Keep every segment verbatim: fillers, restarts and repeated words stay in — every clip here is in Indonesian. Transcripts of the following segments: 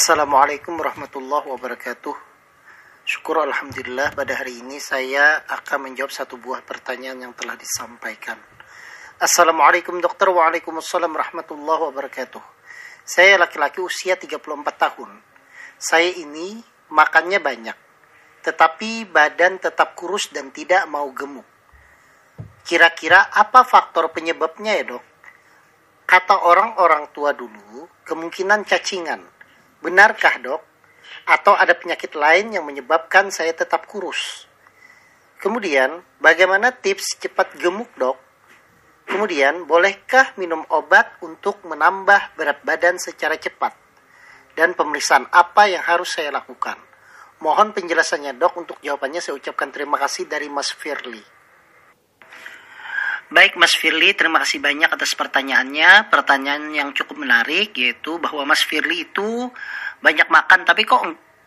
Assalamualaikum warahmatullahi wabarakatuh. Syukur Alhamdulillah, pada hari ini saya akan menjawab satu buah pertanyaan yang telah disampaikan. Assalamualaikum dokter. Waalaikumsalam warahmatullahi wabarakatuh. Saya laki-laki usia tiga puluh empat tahun. Saya ini makannya banyak, tetapi badan tetap kurus dan tidak mau gemuk. Kira-kira apa faktor penyebabnya ya dok? Kata orang-orang tua dulu, kemungkinan cacingan. Benarkah dok? Atau ada penyakit lain yang menyebabkan saya tetap kurus? Kemudian, bagaimana tips cepat gemuk dok? Kemudian, bolehkah minum obat untuk menambah berat badan secara cepat? Dan pemeriksaan apa yang harus saya lakukan? Mohon penjelasannya dok. Untuk jawabannya saya ucapkan terima kasih dari Mas Firly. Baik Mas Firly, terima kasih banyak atas pertanyaannya. Pertanyaan yang cukup menarik, yaitu bahwa Mas Firly itu banyak makan tapi kok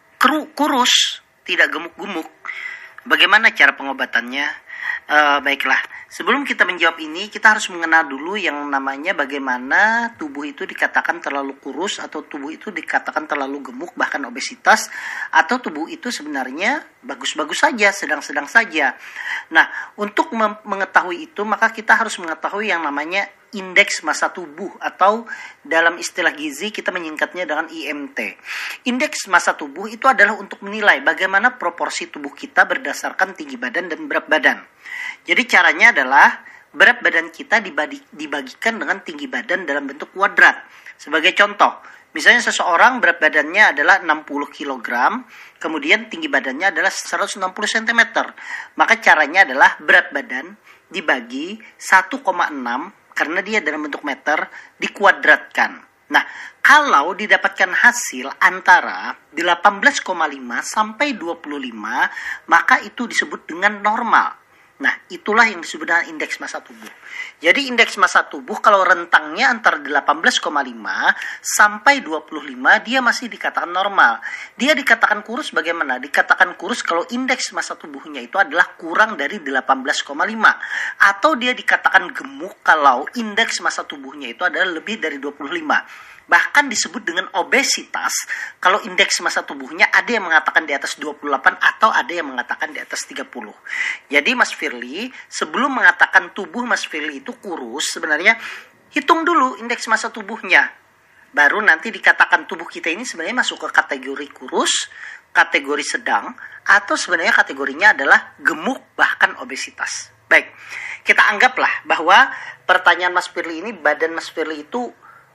kurus, tidak gemuk-gemuk. Bagaimana cara pengobatannya? Uh, baiklah, sebelum kita menjawab ini, kita harus mengenal dulu yang namanya bagaimana tubuh itu dikatakan terlalu kurus, atau tubuh itu dikatakan terlalu gemuk, bahkan obesitas, atau tubuh itu sebenarnya bagus-bagus saja, sedang-sedang saja. Nah, untuk mem- mengetahui itu, maka kita harus mengetahui yang namanya indeks massa tubuh, atau dalam istilah gizi kita menyingkatnya dengan I M T. Indeks massa tubuh itu adalah untuk menilai bagaimana proporsi tubuh kita berdasarkan tinggi badan dan berat badan. Jadi caranya adalah berat badan kita dibagi, dibagikan dengan tinggi badan dalam bentuk kuadrat. Sebagai contoh, misalnya seseorang berat badannya adalah enam puluh kilogram, kemudian tinggi badannya adalah seratus enam puluh sentimeter. Maka caranya adalah berat badan dibagi satu koma enam, karena dia dalam bentuk meter, dikuadratkan. Nah, kalau didapatkan hasil antara delapan belas koma lima sampai dua puluh lima, maka itu disebut dengan normal. Nah, itulah yang disebut dengan indeks massa tubuh. Jadi indeks massa tubuh kalau rentangnya antara delapan belas koma lima sampai dua puluh lima, dia masih dikatakan normal. Dia dikatakan kurus bagaimana? Dikatakan kurus kalau indeks massa tubuhnya itu adalah kurang dari delapan belas koma lima. Atau dia dikatakan gemuk kalau indeks massa tubuhnya itu adalah lebih dari dua puluh lima. Bahkan disebut dengan obesitas kalau indeks massa tubuhnya ada yang mengatakan di atas dua puluh delapan atau ada yang mengatakan di atas tiga puluh. Jadi Mas Firly, sebelum mengatakan tubuh Mas Firly itu kurus, sebenarnya hitung dulu indeks massa tubuhnya. Baru nanti dikatakan tubuh kita ini sebenarnya masuk ke kategori kurus, kategori sedang, atau sebenarnya kategorinya adalah gemuk bahkan obesitas. Baik, kita anggaplah bahwa pertanyaan Mas Firly ini, badan Mas Firly itu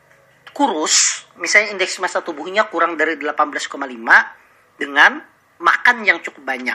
kurus, misalnya indeks massa tubuhnya kurang dari delapan belas koma lima dengan makan yang cukup banyak.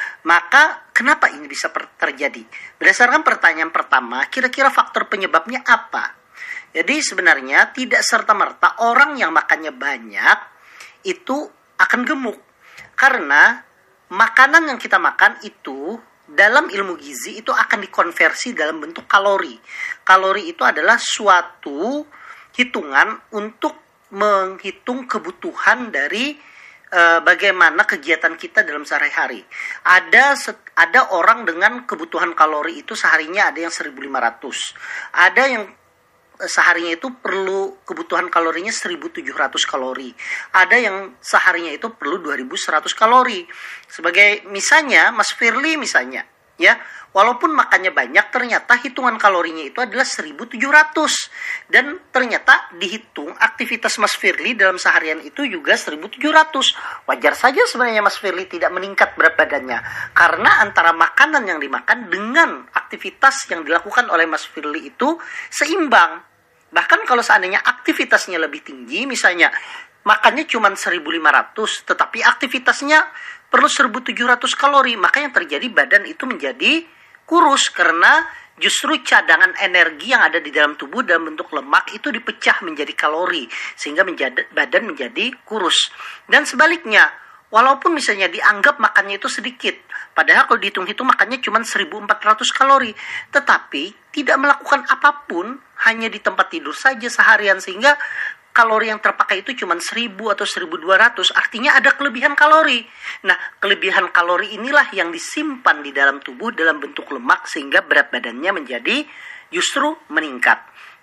Maka kenapa ini bisa terjadi? Berdasarkan pertanyaan pertama, kira-kira faktor penyebabnya apa? Jadi sebenarnya tidak serta-merta orang yang makannya banyak itu akan gemuk. Karena makanan yang kita makan itu dalam ilmu gizi itu akan dikonversi dalam bentuk kalori. Kalori itu adalah suatu hitungan untuk menghitung kebutuhan dari e, bagaimana kegiatan kita dalam sehari-hari. Ada ada orang dengan kebutuhan kalori itu seharinya ada yang seribu lima ratus. Ada yang seharinya itu perlu kebutuhan kalorinya seribu tujuh ratus kalori. Ada yang seharinya itu perlu dua ribu seratus kalori. Sebagai misalnya Mas Firly misalnya, ya, walaupun makannya banyak, ternyata hitungan kalorinya itu adalah seribu tujuh ratus. Dan ternyata dihitung aktivitas Mas Firly dalam seharian itu juga seribu tujuh ratus. Wajar saja sebenarnya Mas Firly tidak meningkat berat badannya. Karena antara makanan yang dimakan dengan aktivitas yang dilakukan oleh Mas Firly itu seimbang. Bahkan kalau seandainya aktivitasnya lebih tinggi, misalnya makannya cuma seribu lima ratus, tetapi aktivitasnya perlu seribu tujuh ratus kalori, maka yang terjadi badan itu menjadi kurus karena justru cadangan energi yang ada di dalam tubuh dalam bentuk lemak itu dipecah menjadi kalori sehingga menjadi, badan menjadi kurus. Dan sebaliknya, walaupun misalnya dianggap makannya itu sedikit, padahal kalau dihitung-hitung makannya cuma seribu empat ratus kalori, tetapi tidak melakukan apapun, hanya di tempat tidur saja seharian, sehingga kalori yang terpakai itu cuma seribu atau seribu dua ratus, artinya ada kelebihan kalori. Nah, kelebihan kalori inilah yang disimpan di dalam tubuh dalam bentuk lemak sehingga berat badannya menjadi justru meningkat.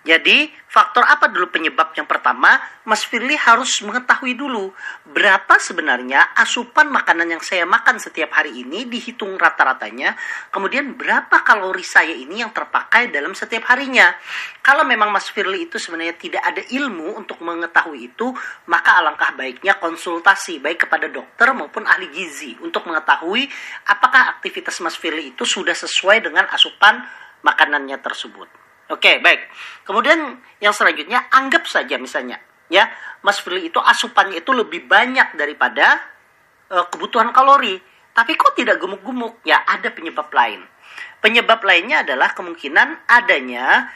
Jadi, faktor apa dulu penyebab yang pertama? Mas Firly harus mengetahui dulu berapa sebenarnya asupan makanan yang saya makan setiap hari ini, dihitung rata-ratanya, kemudian berapa kalori saya ini yang terpakai dalam setiap harinya. Kalau memang Mas Firly itu sebenarnya tidak ada ilmu untuk mengetahui itu, maka alangkah baiknya konsultasi baik kepada dokter maupun ahli gizi untuk mengetahui apakah aktivitas Mas Firly itu sudah sesuai dengan asupan makanannya tersebut. Oke, baik. Kemudian yang selanjutnya, anggap saja misalnya, ya, Mas Firly itu asupannya itu lebih banyak daripada uh, kebutuhan kalori. Tapi kok tidak gemuk-gemuk? Ya, ada penyebab lain. Penyebab lainnya adalah kemungkinan adanya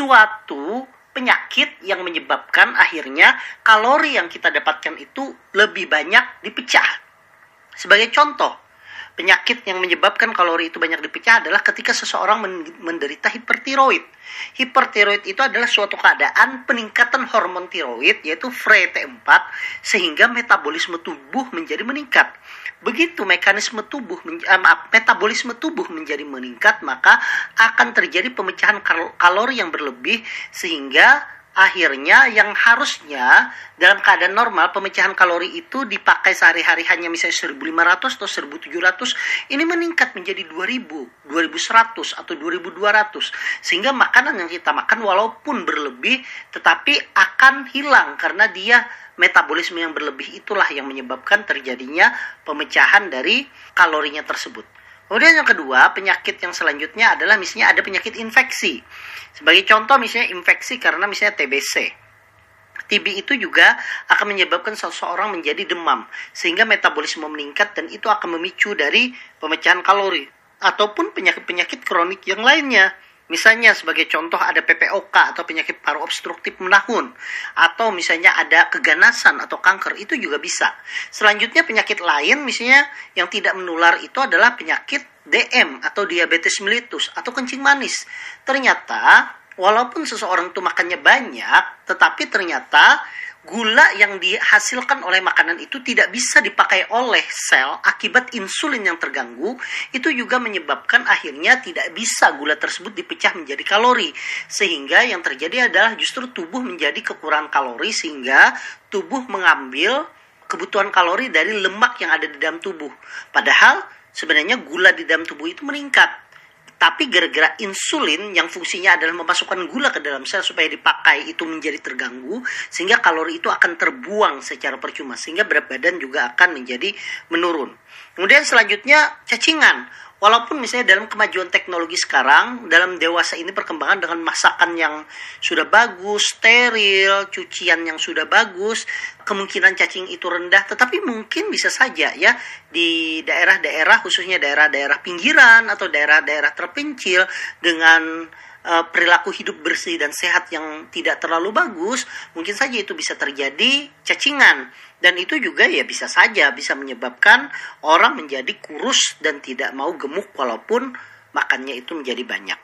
suatu penyakit yang menyebabkan akhirnya kalori yang kita dapatkan itu lebih banyak dipecah. Sebagai contoh, penyakit yang menyebabkan kalori itu banyak dipecah adalah ketika seseorang menderita hipertiroid. Hipertiroid itu adalah suatu keadaan peningkatan hormon tiroid, yaitu F R E T empat, sehingga metabolisme tubuh menjadi meningkat. Begitu mekanisme tubuh, eh, maaf, metabolisme tubuh menjadi meningkat, maka akan terjadi pemecahan kal- kalori yang berlebih, sehingga akhirnya yang harusnya dalam keadaan normal pemecahan kalori itu dipakai sehari-hari hanya misalnya seribu lima ratus atau seribu tujuh ratus, ini meningkat menjadi dua ribu, dua ribu seratus atau dua ribu dua ratus, sehingga makanan yang kita makan walaupun berlebih tetapi akan hilang karena dia metabolisme yang berlebih itulah yang menyebabkan terjadinya pemecahan dari kalorinya tersebut. Kemudian yang kedua, penyakit yang selanjutnya adalah misalnya ada penyakit infeksi. Sebagai contoh misalnya infeksi karena misalnya T B C. T B itu juga akan menyebabkan seseorang menjadi demam, sehingga metabolisme meningkat dan itu akan memicu dari pemecahan kalori. Ataupun penyakit-penyakit kronik yang lainnya. Misalnya sebagai contoh ada P P O K atau penyakit paru obstruktif menahun, atau misalnya ada keganasan atau kanker, itu juga bisa. Selanjutnya penyakit lain misalnya yang tidak menular itu adalah penyakit D M atau diabetes mellitus atau kencing manis. Ternyata walaupun seseorang itu makannya banyak, tetapi ternyata gula yang dihasilkan oleh makanan itu tidak bisa dipakai oleh sel akibat insulin yang terganggu. Itu juga menyebabkan akhirnya tidak bisa gula tersebut dipecah menjadi kalori, sehingga yang terjadi adalah justru tubuh menjadi kekurangan kalori, sehingga tubuh mengambil kebutuhan kalori dari lemak yang ada di dalam tubuh. Padahal sebenarnya gula di dalam tubuh itu meningkat. Tapi gara-gara insulin yang fungsinya adalah memasukkan gula ke dalam sel supaya dipakai itu menjadi terganggu, sehingga kalori itu akan terbuang secara percuma, sehingga berat badan juga akan menjadi menurun. Kemudian selanjutnya cacingan. Walaupun misalnya dalam kemajuan teknologi sekarang, dalam dewasa ini perkembangan dengan masakan yang sudah bagus, steril, cucian yang sudah bagus, kemungkinan cacing itu rendah, tetapi mungkin bisa saja ya di daerah-daerah, khususnya daerah-daerah pinggiran atau daerah-daerah terpencil dengan uh, perilaku hidup bersih dan sehat yang tidak terlalu bagus, mungkin saja itu bisa terjadi cacingan. Dan itu juga ya bisa saja bisa menyebabkan orang menjadi kurus dan tidak mau gemuk walaupun makannya itu menjadi banyak.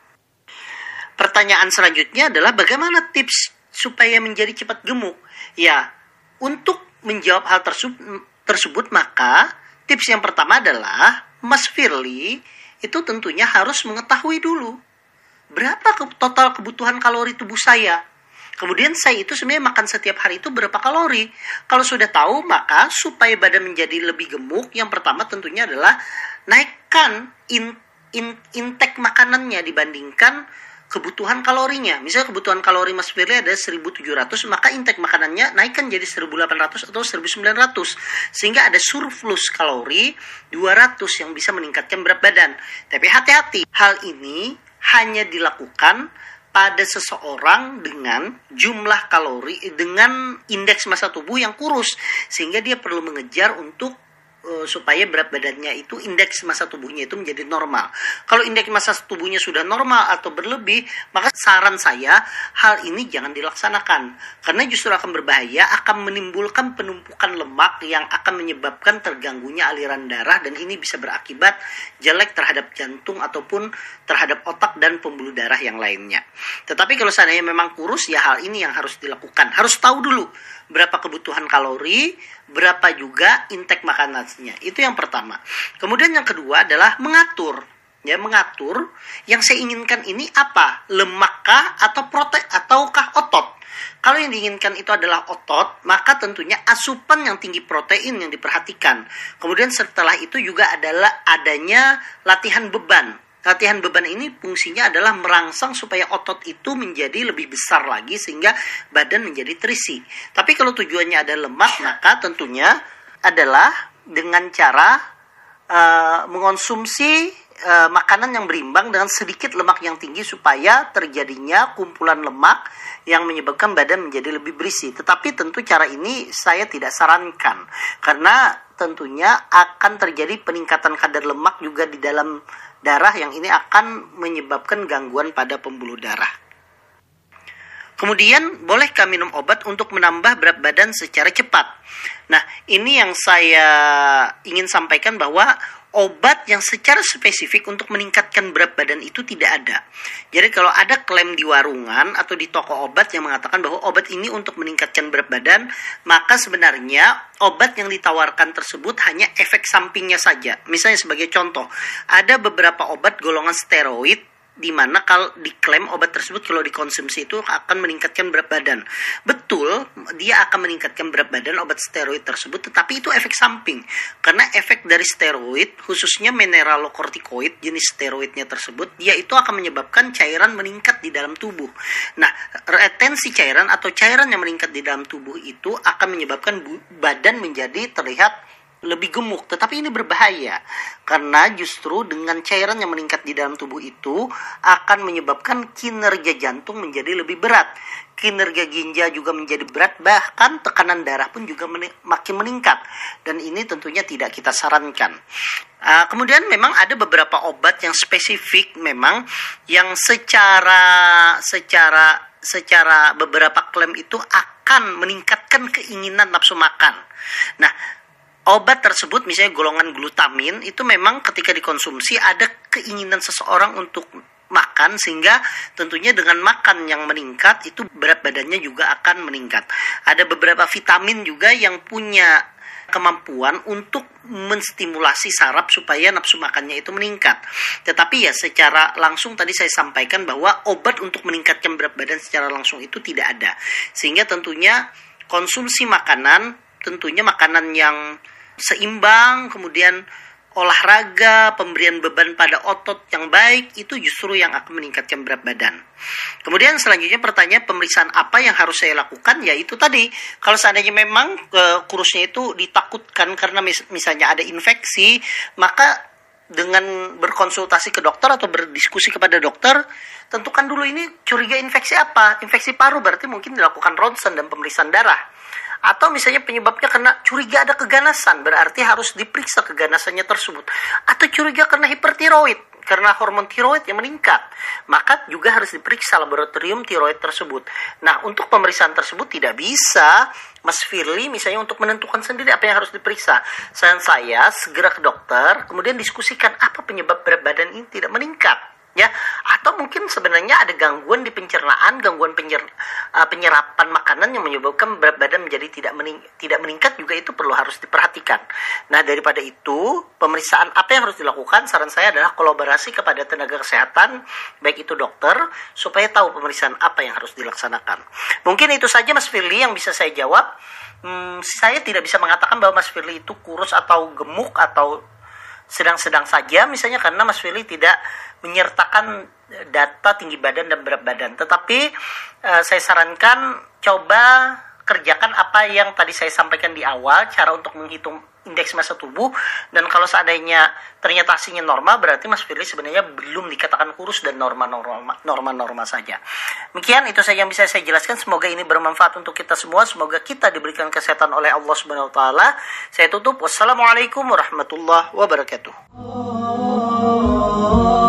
Pertanyaan selanjutnya adalah bagaimana tips supaya menjadi cepat gemuk? Ya, untuk menjawab hal tersebut, tersebut maka tips yang pertama adalah Mas Firly itu tentunya harus mengetahui dulu berapa total kebutuhan kalori tubuh saya. Kemudian saya itu sebenarnya makan setiap hari itu berapa kalori. Kalau sudah tahu, maka supaya badan menjadi lebih gemuk, yang pertama tentunya adalah naikkan in, in, intake makanannya dibandingkan kebutuhan kalorinya. Misalnya kebutuhan kalori Mas Firly ada seribu tujuh ratus, maka intake makanannya naikkan jadi seribu delapan ratus atau seribu sembilan ratus. Sehingga ada surplus kalori dua ratus yang bisa meningkatkan berat badan. Tapi hati-hati, hal ini hanya dilakukan pada seseorang dengan jumlah kalori, dengan indeks massa tubuh yang kurus, sehingga dia perlu mengejar untuk uh, supaya berat badannya itu, indeks massa tubuhnya itu menjadi normal. Kalau indeks massa tubuhnya sudah normal atau berlebih, maka saran saya hal ini jangan dilaksanakan, karena justru akan berbahaya, akan menimbulkan penumpukan lemak yang akan menyebabkan terganggunya aliran darah, dan ini bisa berakibat jelek terhadap jantung ataupun terhadap otak dan pembuluh darah yang lainnya. Tetapi kalau seandainya memang kurus, ya hal ini yang harus dilakukan. Harus tahu dulu berapa kebutuhan kalori, berapa juga intake makanannya. Itu yang pertama. Kemudian yang kedua adalah mengatur. ya, mengatur yang saya inginkan ini apa, lemakkah atau protein ataukah otot. Kalau yang diinginkan itu adalah otot, maka tentunya asupan yang tinggi protein yang diperhatikan. Kemudian setelah itu juga adalah adanya latihan beban. Latihan beban ini fungsinya adalah merangsang supaya otot itu menjadi lebih besar lagi sehingga badan menjadi terisi. Tapi kalau tujuannya ada lemak, maka tentunya adalah dengan cara uh, mengonsumsi uh, makanan yang berimbang dengan sedikit lemak yang tinggi supaya terjadinya kumpulan lemak yang menyebabkan badan menjadi lebih berisi. Tetapi tentu cara ini saya tidak sarankan karena tentunya akan terjadi peningkatan kadar lemak juga di dalam darah yang ini akan menyebabkan gangguan pada pembuluh darah. Kemudian, bolehkah minum obat untuk menambah berat badan secara cepat? Nah, ini yang saya ingin sampaikan bahwa obat yang secara spesifik untuk meningkatkan berat badan itu tidak ada. Jadi kalau ada klaim di warungan atau di toko obat yang mengatakan bahwa obat ini untuk meningkatkan berat badan, maka sebenarnya obat yang ditawarkan tersebut hanya efek sampingnya saja. Misalnya sebagai contoh, ada beberapa obat golongan steroid di mana kalau diklaim obat tersebut kalau dikonsumsi itu akan meningkatkan berat badan. Betul, dia akan meningkatkan berat badan obat steroid tersebut, tetapi itu efek samping. Karena efek dari steroid, khususnya mineralokortikoid, jenis steroidnya tersebut, dia itu akan menyebabkan cairan meningkat di dalam tubuh. Nah, retensi cairan atau cairan yang meningkat di dalam tubuh itu akan menyebabkan badan menjadi terlihat lebih gemuk, tetapi ini berbahaya karena justru dengan cairan yang meningkat di dalam tubuh itu akan menyebabkan kinerja jantung menjadi lebih berat, kinerja ginjal juga menjadi berat, bahkan tekanan darah pun juga meni- makin meningkat, dan ini tentunya tidak kita sarankan. Uh, kemudian memang ada beberapa obat yang spesifik memang yang secara secara secara beberapa klaim itu akan meningkatkan keinginan nafsu makan. Nah, obat tersebut misalnya golongan glutamin itu memang ketika dikonsumsi ada keinginan seseorang untuk makan sehingga tentunya dengan makan yang meningkat itu berat badannya juga akan meningkat. Ada beberapa vitamin juga yang punya kemampuan untuk menstimulasi saraf supaya nafsu makannya itu meningkat. Tetapi ya secara langsung tadi saya sampaikan bahwa obat untuk meningkatkan berat badan secara langsung itu tidak ada. Sehingga tentunya konsumsi makanan, tentunya makanan yang seimbang, kemudian olahraga, pemberian beban pada otot yang baik, itu justru yang akan meningkatkan berat badan. Kemudian selanjutnya pertanyaan pemeriksaan apa yang harus saya lakukan, yaitu tadi, kalau seandainya memang e, kurusnya itu ditakutkan karena mis- misalnya ada infeksi, maka dengan berkonsultasi ke dokter atau berdiskusi kepada dokter, tentukan dulu ini curiga infeksi apa. Infeksi paru berarti mungkin dilakukan ronsen dan pemeriksaan darah. Atau misalnya penyebabnya karena curiga ada keganasan, berarti harus diperiksa keganasannya tersebut. Atau curiga karena hipertiroid, karena hormon tiroid yang meningkat, maka juga harus diperiksa laboratorium tiroid tersebut. Nah, untuk pemeriksaan tersebut tidak bisa Mas Firly misalnya untuk menentukan sendiri apa yang harus diperiksa. Saran saya segera ke dokter, kemudian diskusikan apa penyebab berat badan ini tidak meningkat. Ya, atau mungkin sebenarnya ada gangguan di pencernaan, gangguan penyer, uh, penyerapan makanan yang menyebabkan berat badan menjadi tidak mening, tidak meningkat juga itu perlu harus diperhatikan. Nah, daripada itu, pemeriksaan apa yang harus dilakukan? Saran saya adalah kolaborasi kepada tenaga kesehatan, baik itu dokter, supaya tahu pemeriksaan apa yang harus dilaksanakan. Mungkin itu saja Mas Firly yang bisa saya jawab. Hmm, saya tidak bisa mengatakan bahwa Mas Firly itu kurus atau gemuk atau sedang-sedang saja misalnya karena Mas Firly tidak menyertakan data tinggi badan dan berat badan. Tetapi uh, saya sarankan coba kerjakan apa yang tadi saya sampaikan di awal, cara untuk menghitung indeks massa tubuh, dan kalau seandainya ternyata hasilnya normal, berarti Mas Firly sebenarnya belum dikatakan kurus dan norma-norma norma-norma saja. Demikian itu saja yang bisa saya jelaskan. Semoga ini bermanfaat untuk kita semua. Semoga kita diberikan kesehatan oleh Allah Subhanahu wa taala. Saya tutup. Wassalamualaikum warahmatullahi wabarakatuh.